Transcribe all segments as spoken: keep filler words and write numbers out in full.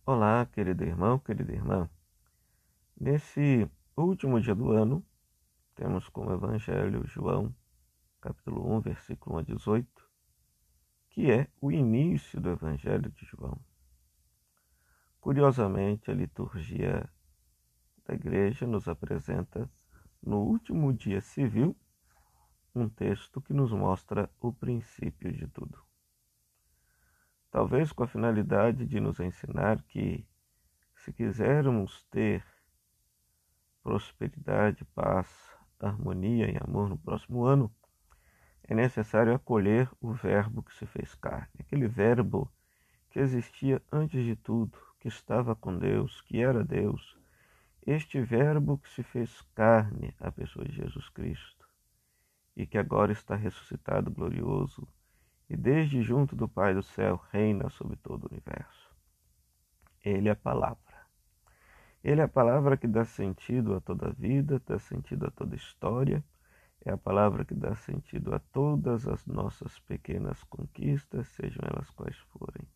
Olá, querido irmão, querida irmã. Nesse último dia do ano, temos como evangelho João, capítulo um, versículo um a dezoito, que é o início do evangelho de João. Curiosamente, a liturgia da igreja nos apresenta, no último dia civil, um texto que nos mostra o princípio de tudo. Talvez com a finalidade de nos ensinar que, se quisermos ter prosperidade, paz, harmonia e amor no próximo ano, é necessário acolher o verbo que se fez carne, aquele verbo que existia antes de tudo, que estava com Deus, que era Deus, este verbo que se fez carne, a pessoa de Jesus Cristo, e que agora está ressuscitado, glorioso, e desde junto do Pai do céu reina sobre todo o universo. Ele é a palavra. Ele é a palavra que dá sentido a toda a vida, dá sentido a toda a história, é a palavra que dá sentido a todas as nossas pequenas conquistas, sejam elas quais forem.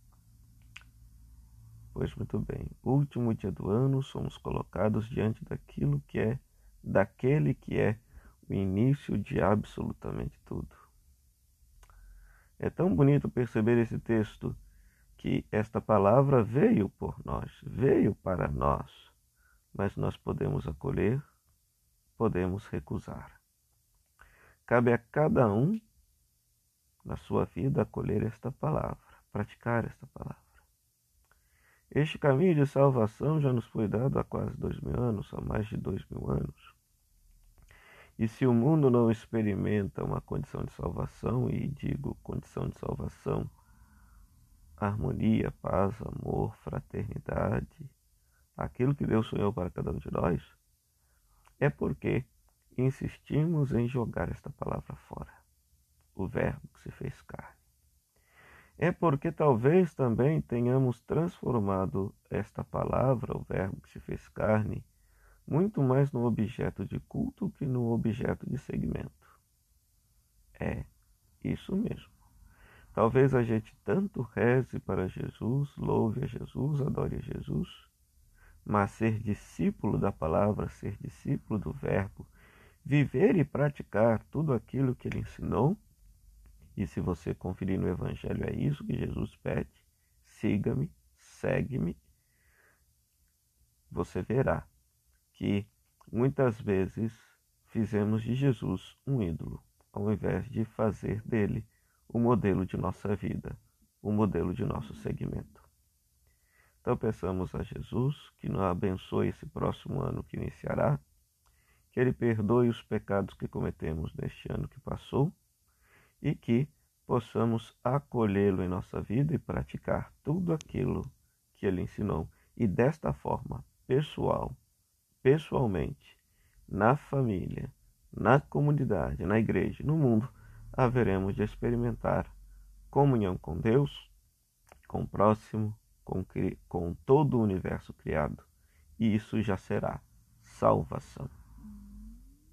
Pois muito bem, último dia do ano, somos colocados diante daquilo que é, daquele que é o início de absolutamente tudo. É tão bonito perceber esse texto, que esta palavra veio por nós, veio para nós, mas nós podemos acolher, podemos recusar. Cabe a cada um, na sua vida, acolher esta palavra, praticar esta palavra. Este caminho de salvação já nos foi dado há quase dois mil anos, há mais de dois mil anos. E se o mundo não experimenta uma condição de salvação, e digo condição de salvação, harmonia, paz, amor, fraternidade, aquilo que Deus sonhou para cada um de nós, é porque insistimos em jogar esta palavra fora, o verbo que se fez carne. É porque talvez também tenhamos transformado esta palavra, o verbo que se fez carne, muito mais no objeto de culto que no objeto de seguimento. É, isso mesmo. Talvez a gente tanto reze para Jesus, louve a Jesus, adore a Jesus, mas ser discípulo da palavra, ser discípulo do verbo, viver e praticar tudo aquilo que ele ensinou, e se você conferir no Evangelho, é isso que Jesus pede: siga-me, segue-me. Você verá que muitas vezes fizemos de Jesus um ídolo, ao invés de fazer dele o modelo de nossa vida, o modelo de nosso seguimento. Então peçamos a Jesus que nos abençoe esse próximo ano que iniciará, que ele perdoe os pecados que cometemos neste ano que passou, e que possamos acolhê-lo em nossa vida e praticar tudo aquilo que ele ensinou. E desta forma, pessoal, pessoalmente, na família, na comunidade, na igreja, no mundo, haveremos de experimentar comunhão com Deus, com o próximo, com, com todo o universo criado. E isso já será salvação.